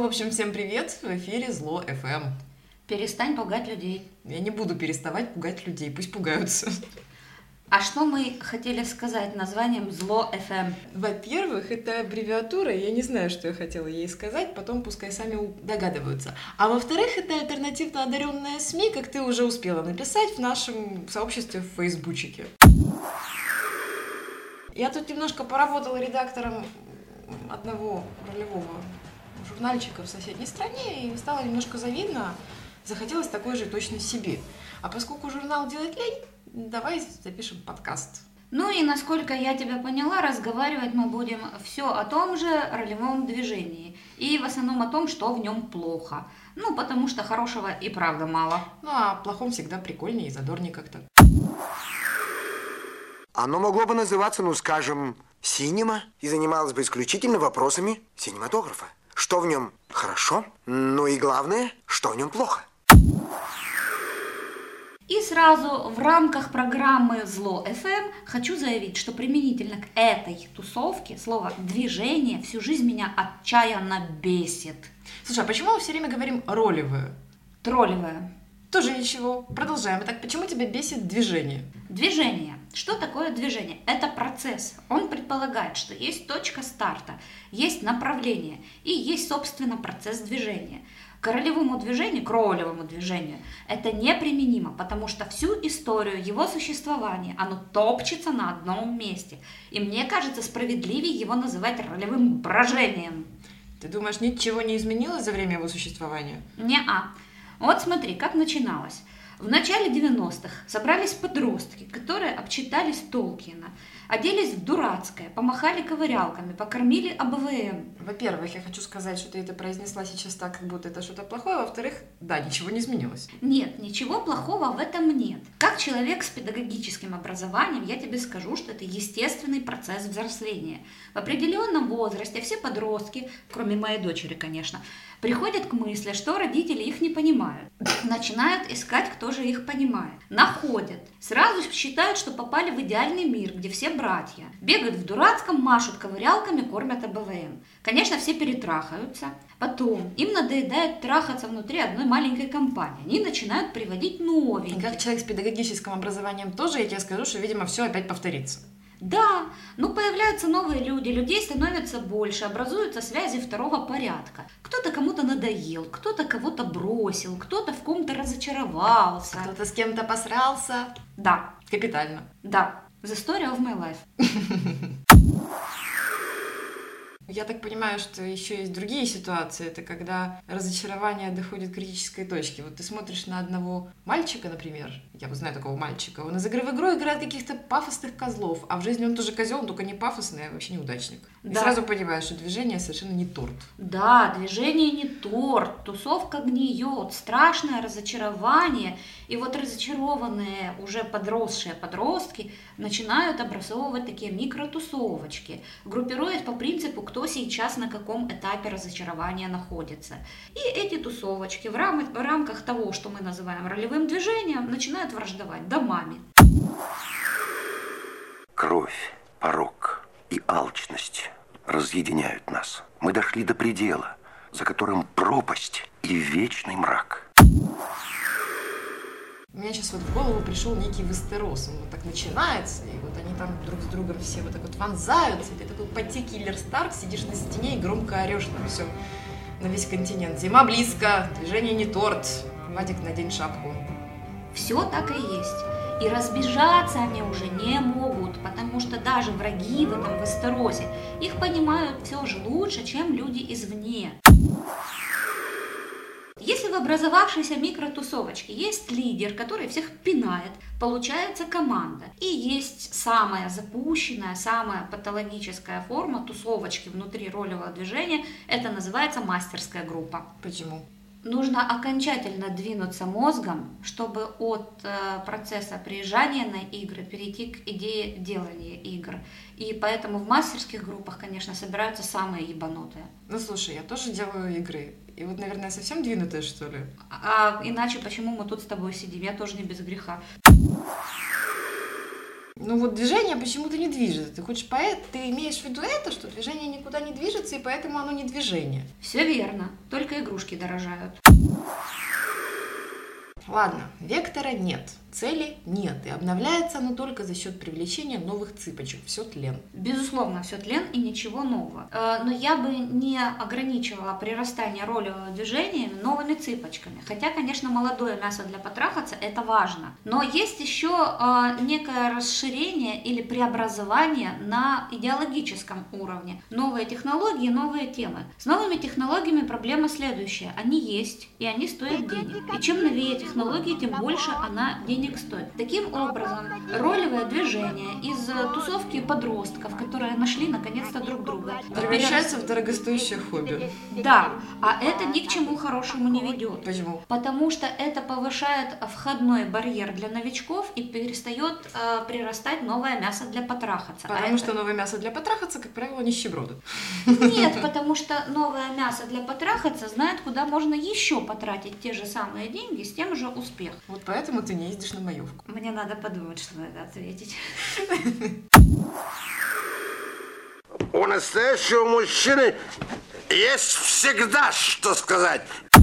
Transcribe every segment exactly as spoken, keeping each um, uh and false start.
общем, всем привет! В эфире Зло эф эм. Перестань пугать людей. Я не буду переставать пугать людей, пусть пугаются. А что мы хотели сказать названием Зло эф эм? Во-первых, это аббревиатура, я не знаю, что я хотела ей сказать, потом пускай сами догадываются. А во-вторых, это альтернативно одаренная СМИ, как ты уже успела написать в нашем сообществе в Фейсбучике. Я тут немножко поработала редактором одного ролевого журнальчика в соседней стране, и стало немножко завидно, захотелось такой же точно себе. А поскольку журнал делает лень, давай запишем подкаст. Ну и насколько я тебя поняла, разговаривать мы будем все о том же ролевом движении. И в основном о том, что в нем плохо. Ну, потому что хорошего и правда мало. Ну, а о плохом всегда прикольнее и задорнее как-то. Оно могло бы называться, ну, скажем, «Синема» и занималось бы исключительно вопросами синематографа. Что в нем хорошо, ну и главное, что в нем плохо. И сразу в рамках программы Зло эф эм хочу заявить, что применительно к этой тусовке слово «движение» всю жизнь меня отчаянно бесит. Слушай, а почему мы все время говорим «ролевое»? Троллевое. Тоже ничего. Продолжаем. Итак, почему тебя бесит движение? Движение. Что такое движение? Это процесс. Он предполагает, что есть точка старта, есть направление и есть, собственно, процесс движения. К ролевому движению, к ролевому движению это неприменимо, потому что всю историю его существования оно топчется на одном месте. И мне кажется, справедливее его называть ролевым брожением. Ты думаешь, ничего не изменилось за время его существования? Не-а. Вот смотри, как начиналось. В начале девяностых собрались подростки, которые обчитались Толкиена, оделись в дурацкое, помахали ковырялками, покормили а бэ вэ эм. Во-первых, я хочу сказать, что ты это произнесла сейчас так, как будто это что-то плохое. Во-вторых, да, ничего не изменилось. Нет, ничего плохого в этом нет. Как человек с педагогическим образованием, я тебе скажу, что это естественный процесс взросления. В определенном возрасте все подростки, кроме моей дочери, конечно, приходят к мысли, что родители их не понимают. Начинают искать, кто же их понимает. Находят. Сразу считают, что попали в идеальный мир, где все братья. Бегают в дурацком, машут ковырялками, кормят а бэ вэ эм. Конечно, все перетрахаются. Потом им надоедает трахаться внутри одной маленькой компании. Они начинают приводить новеньких. Как человек с педагогическим образованием тоже, я тебе скажу, что, видимо, все опять повторится. Да, ну появляются новые люди, людей становится больше, образуются связи второго порядка. Кто-то кому-то надоел, кто-то кого-то бросил, кто-то в ком-то разочаровался. Кто-то с кем-то посрался. Да. Капитально. Да. The story of my life. Я так понимаю, что еще есть другие ситуации. Это когда разочарование доходит к критической точке. Вот ты смотришь на одного мальчика, например. Я вот знаю такого мальчика. Он из игры в игру играет каких-то пафосных козлов. А в жизни он тоже козел, только не пафосный, а вообще неудачник. И Да. сразу понимаешь, что движение совершенно не торт. Да, движение не торт, тусовка гниет, страшное разочарование. И вот разочарованные, уже подросшие подростки начинают образовывать такие микротусовочки, группируясь по принципу, кто сейчас на каком этапе разочарования находится. И эти тусовочки в, рам- в рамках того, что мы называем ролевым движением, начинают враждовать домами. Кровь, порок и алчность разъединяют нас. Мы дошли до предела, за которым пропасть и вечный мрак. У меня сейчас вот в голову пришел некий Вестерос. Он вот так начинается, и вот они там друг с другом все вот так вот вонзаются. И ты такой потекиллер Старк, сидишь на стене и громко орешь на все, на весь континент. Зима близко, движение не торт. Вадик, надень шапку. Все так и есть. И разбежаться они уже не могут, потому что даже враги в этом Вестеросе их понимают все же лучше, чем люди извне. Если в образовавшейся микротусовочке есть лидер, который всех пинает, получается команда. И есть самая запущенная, самая патологическая форма тусовочки внутри ролевого движения, это называется мастерская группа. Почему? Нужно окончательно двинуться мозгом, чтобы от э, процесса приезжания на игры перейти к идее делания игр. И поэтому в мастерских группах, конечно, собираются самые ебанутые. Ну, слушай, я тоже делаю игры. И вот, наверное, совсем двинутая, что ли? А иначе почему мы тут с тобой сидим? Я тоже не без греха. Ну вот движение почему-то не движется. Ты хочешь поэт, ты имеешь в виду это, что движение никуда не движется, и поэтому оно не движение. Все верно, только игрушки дорожают. Ладно, вектора нет, цели нет, и обновляется оно только за счет привлечения новых цыпочек, все тлен. Безусловно, все тлен и ничего нового. Э, Но я бы не ограничивала прирастание ролевого движения новыми цыпочками. Хотя, конечно, молодое мясо для потрахаться – это важно. Но есть еще э, некое расширение или преобразование на идеологическом уровне. Новые технологии, новые темы. С новыми технологиями проблема следующая. Они есть, и они стоят денег. И чем новее технологии, тем больше она денег стоит. Таким образом, ролевое движение из тусовки подростков, которые нашли наконец-то друг друга, Превращается в дорогостоящее хобби. Да, а это ни к чему хорошему не ведет. Почему? Потому что это повышает входной барьер для новичков и перестает э, прирастать новое мясо для потрахаться. Потому а это... что новое мясо для потрахаться, как правило, нищеброды. Нет, потому что новое мясо для потрахаться знает, куда можно еще потратить те же самые деньги с тем же успехом. Вот поэтому ты не ездишь на маевку. Мне надо подумать, что на это ответить. У настоящего мужчины есть всегда что сказать.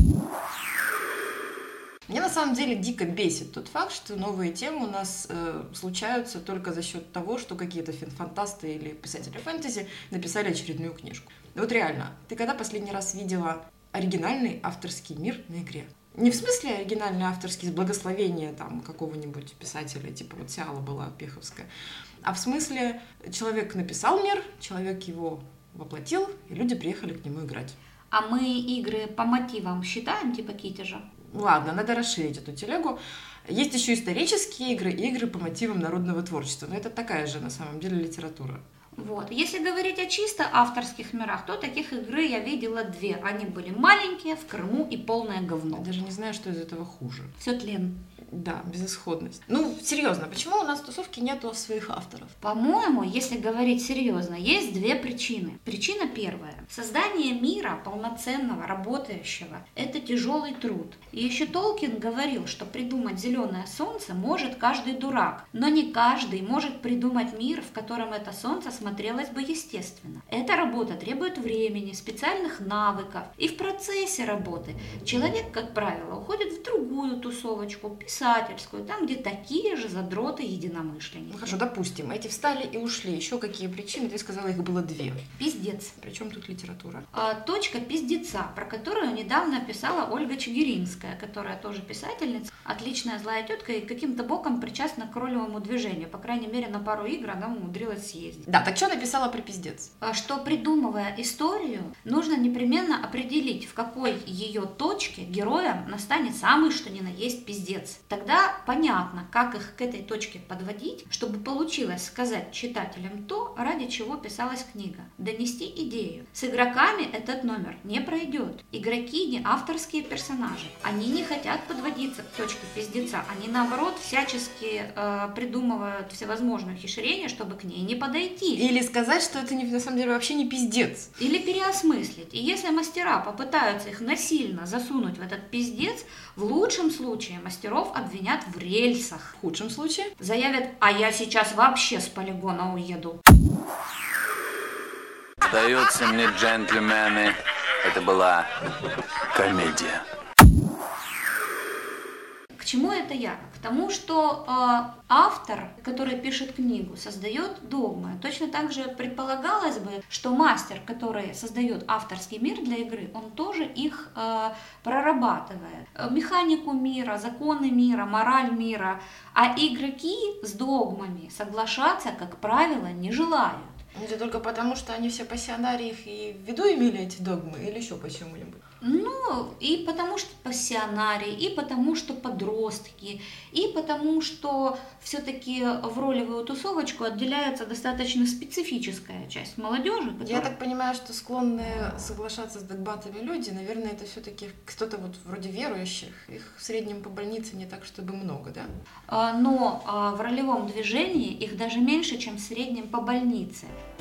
Меня на самом деле дико бесит тот факт, что новые темы у нас э, случаются только за счет того, что какие-то фантасты или писатели фэнтези написали очередную книжку. Вот реально, ты когда последний раз видела оригинальный авторский мир на игре? Не в смысле оригинальный авторский с благословения там какого-нибудь писателя, типа вот Сиала была Пеховская, а в смысле человек написал мир, человек его воплотил, и люди приехали к нему играть. А мы игры по мотивам считаем, типа Китежа? Ладно, надо расширить эту телегу. Есть еще исторические игры и игры по мотивам народного творчества, но это такая же на самом деле литература. Вот. Если говорить о чисто авторских мирах, то таких игры я видела две. Они были маленькие, в Крыму и полное говно. Я даже не знаю, что из этого хуже. Все тлен. Да, безысходность. Ну, серьезно, почему у нас в тусовке нету своих авторов? По-моему, если говорить серьезно, есть две причины. Причина первая. Создание мира полноценного, работающего – это тяжелый труд. И еще Толкин говорил, что придумать зеленое солнце может каждый дурак, но не каждый может придумать мир, в котором это солнце смотрелось бы естественно. Эта работа требует времени, специальных навыков. И в процессе работы человек, как правило, уходит в другую тусовочку, писательскую, там, где такие же задроты-единомышленники. Ну хорошо, допустим, эти встали и ушли. Еще какие причины? Ты сказала, их было две. Пиздец. Причем тут литература? А, точка пиздеца, про которую недавно писала Ольга Чигиринская, которая тоже писательница, отличная злая тетка и каким-то боком причастна к ролевому движению. По крайней мере, на пару игр она умудрилась съездить. Да, так что написала про пиздец? А, что, придумывая историю, нужно непременно определить, в какой ее точке героям настанет самый что ни на есть пиздец. Тогда понятно, как их к этой точке подводить, чтобы получилось сказать читателям то, ради чего писалась книга. Донести идею. С игроками этот номер не пройдет. Игроки не авторские персонажи. Они не хотят подводиться к точке пиздеца. Они, наоборот, всячески э, придумывают всевозможные ухищрения, чтобы к ней не подойти. Или сказать, что это не, на самом деле вообще не пиздец. Или переосмыслить. И если мастера попытаются их насильно засунуть в этот пиздец, в лучшем случае мастеров обвинят в рельсах. В худшем случае? Заявят, а я сейчас вообще с полигона уеду. Сдаются мне, джентльмены, это была комедия. К чему это я? К тому, что э, автор, который пишет книгу, создает догмы. Точно так же предполагалось бы, что мастер, который создает авторский мир для игры, он тоже их э, прорабатывает. Механику мира, законы мира, мораль мира. А игроки с догмами соглашаться, как правило, не желают. Это только потому, что они все пассионарии их и в виду имели эти догмы, или еще почему-нибудь? Ну, и потому что пассионарии, и потому что подростки, и потому что все-таки в ролевую тусовочку отделяется достаточно специфическая часть молодежи. Которая... Я так понимаю, что склонные соглашаться с догматами люди, наверное, это все-таки кто-то вот вроде верующих. Их в среднем по больнице не так, чтобы много, да? Но в ролевом движении их даже меньше, чем в среднем по больнице.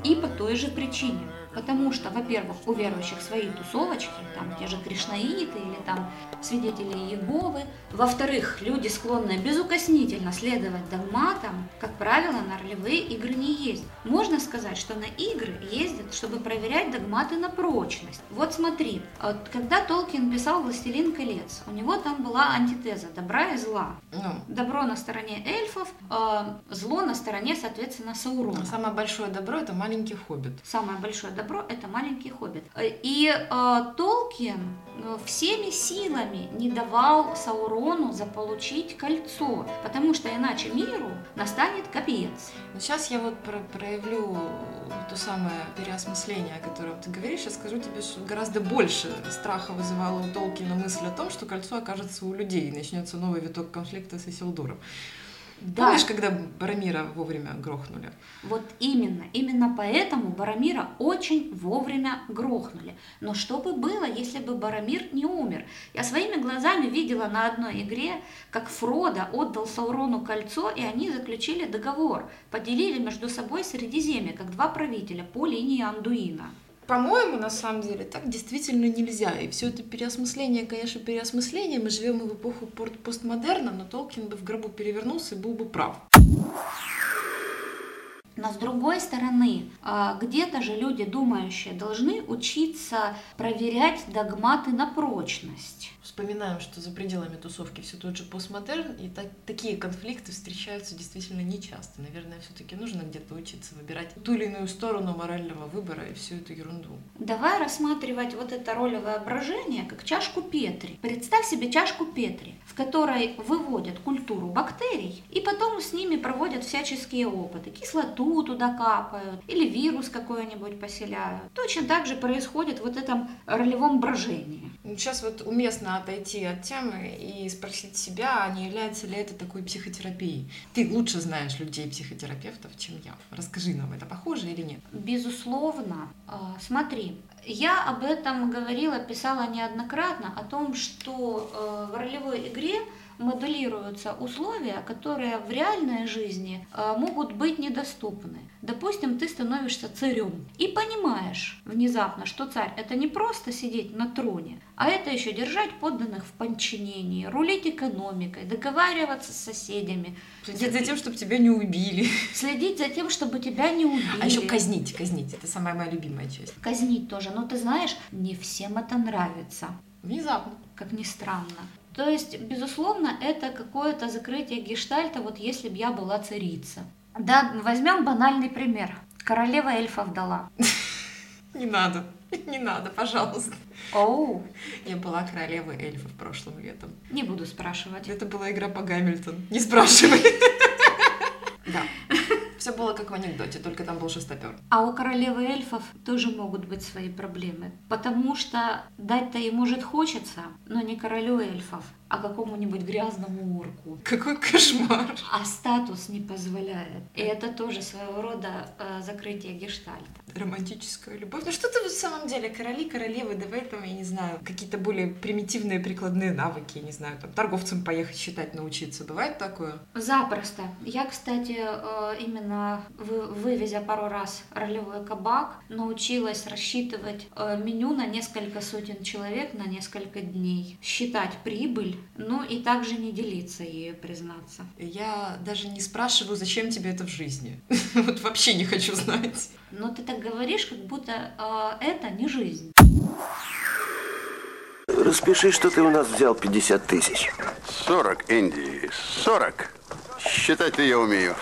И по той же причине. Потому что, во-первых, у верующих свои тусовочки, там те же кришнаиты или там свидетели Иеговы. Во-вторых, люди, склонные безукоснительно следовать догматам, как правило, на ролевые игры не ездят. Можно сказать, что на игры ездят, чтобы проверять догматы на прочность. Вот смотри, вот когда Толкин писал «Властелин колец», у него там была антитеза добра и зла. Ну, Добро на стороне эльфов, э, зло на стороне, соответственно, Саурона. самое большое добро — это маленький хоббит. Самое большое добро – это маленький хоббит. И э, Толкин э, всеми силами не давал Саурону заполучить кольцо, потому что иначе миру настанет капец. Но сейчас я вот про- проявлю то самое переосмысление, о котором ты говоришь. Я скажу тебе, что гораздо больше страха вызывала у Толкина мысль о том, что кольцо окажется у людей, и начнется новый виток конфликта с Исилдуром. Да. Помнишь, когда Баромира вовремя грохнули? Вот именно, именно поэтому Баромира очень вовремя грохнули. Но что бы было, если бы Баромир не умер? Я своими глазами видела на одной игре, как Фродо отдал Саурону кольцо, и они заключили договор, поделили между собой Средиземье, как два правителя по линии Андуина. По-моему, на самом деле, так действительно нельзя. И все это переосмысление, конечно, переосмысление. Мы живем в эпоху постмодерна, но Толкин бы в гробу перевернулся и был бы прав. Но с другой стороны, где-то же люди, думающие, должны учиться проверять догматы на прочность. Вспоминаем, что за пределами тусовки все тот же постмодерн, и так, такие конфликты встречаются действительно нечасто. Наверное, все-таки нужно где-то учиться выбирать ту или иную сторону морального выбора и всю эту ерунду. Давай рассматривать вот это ролевое брожение как чашку Петри. Представь себе чашку Петри, в которой выводят культуру бактерий, и потом с ними проводят всяческие опыты. Кислоту туда капают, или вирус какой-нибудь поселяют. Точно так же происходит в вот этом ролевом брожении. Сейчас вот уместно отойти от темы и спросить себя, а не является ли это такой психотерапией. Ты лучше знаешь людей-психотерапевтов, чем я. Расскажи нам, это похоже или нет? Безусловно. Смотри, я об этом говорила, писала неоднократно, о том, что в ролевой игре моделируются условия, которые в реальной жизни могут быть недоступны. Допустим, ты становишься царем и понимаешь внезапно, что царь – это не просто сидеть на троне, а это еще держать подданных в подчинении, рулить экономикой, договариваться с соседями. Следить за тем, чтобы тебя не убили. Следить за тем, чтобы тебя не убили. А еще казнить, казнить. Это самая моя любимая часть. Казнить тоже. Но ты знаешь, не всем это нравится. Внезапно. Как ни странно. То есть, безусловно, это какое-то закрытие гештальта, вот если бы я была царица. Да, возьмем банальный пример. Королева эльфов дала. Не надо, не надо, пожалуйста. Оу. Я была королевой эльфов прошлым летом. Не буду спрашивать. Это была игра по Гамильтон. Не спрашивай. Да. Все было как в анекдоте, только там был шестопер. А у королевы эльфов тоже могут быть свои проблемы. Потому что дать-то ей, может, хочется, но не королю эльфов, а какому-нибудь грязному орку. Какой кошмар. А статус не позволяет. И это тоже своего рода э, закрытие гештальта. Романтическая любовь. Ну что ты в самом деле, короли, королевы, давай там, я не знаю, какие-то более примитивные прикладные навыки, я не знаю, там, торговцам поехать считать научиться. Бывает такое? Запросто. Я, кстати, э, именно вы, вывезя пару раз ролевой кабак, научилась рассчитывать э, меню на несколько сотен человек на несколько дней, считать прибыль, ну и также не делиться ею, признаться. Я даже не спрашиваю, зачем тебе это в жизни. Вот вообще не хочу знать. Но ты так говоришь, как будто э, это не жизнь. Распиши, что ты у нас взял пятьдесят тысяч. Сорок, Энди, сорок. Считать-то я умею.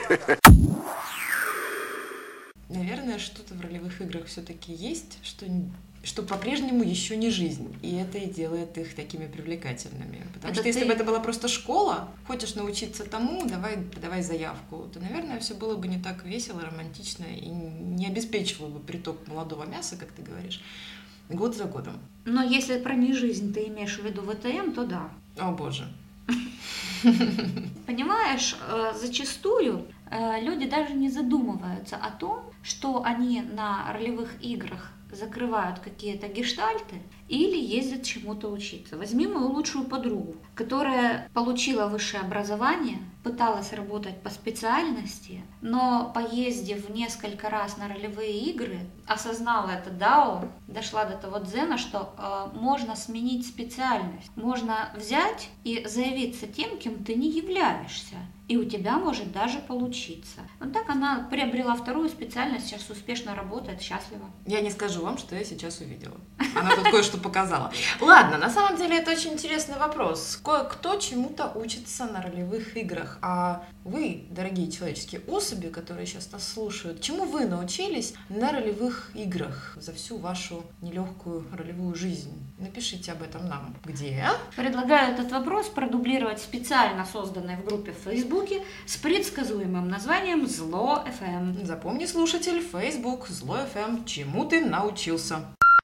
Наверное, что-то в ролевых играх все-таки есть, что, что по-прежнему еще не жизнь. И это и делает их такими привлекательными. Потому Это что если ты- бы это была просто школа, хочешь научиться тому, давай подавай заявку, то, наверное, все было бы не так весело, романтично и не обеспечивало бы приток молодого мяса, как ты говоришь, год за годом. Но если про не жизнь ты имеешь в виду вэ тэ эм, то да. О боже. Понимаешь, э, зачастую э, люди даже не задумываются о том, что они на ролевых играх закрывают какие-то гештальты или ездят чему-то учиться. Возьми мою лучшую подругу, которая получила высшее образование, пыталась работать по специальности, но поездив несколько раз на ролевые игры, осознала это дао, дошла до того дзена, что э, можно сменить специальность, можно взять и заявиться тем, кем ты не являешься. И у тебя может даже получиться. Вот так она приобрела вторую специальность, сейчас успешно работает, счастлива. Я не скажу вам, что я сейчас увидела. Она тут кое-что показала. Ладно, на самом деле это очень интересный вопрос. Кое-кто чему-то учится на ролевых играх. А вы, дорогие человеческие особи, которые сейчас нас слушают, чему вы научились на ролевых играх за всю вашу нелегкую ролевую жизнь? Напишите об этом нам. Где? Предлагаю этот вопрос продублировать в специально созданной в группе в Фейсбуке с предсказуемым названием «Зло эф эм». Запомни, слушатель, Facebook, Зло эф эм, чему ты научился?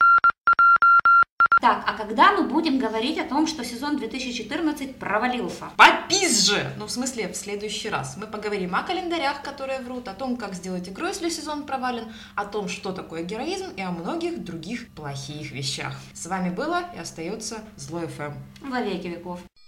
Так, а когда мы будем говорить о том, что сезон две тысячи четырнадцать провалился? Попизже! Ну, в смысле, в следующий раз. Мы поговорим о календарях, которые врут, о том, как сделать игру, если сезон провален, о том, что такое героизм и о многих других плохих вещах. С вами было и остается Зло эф эм. Во веки веков.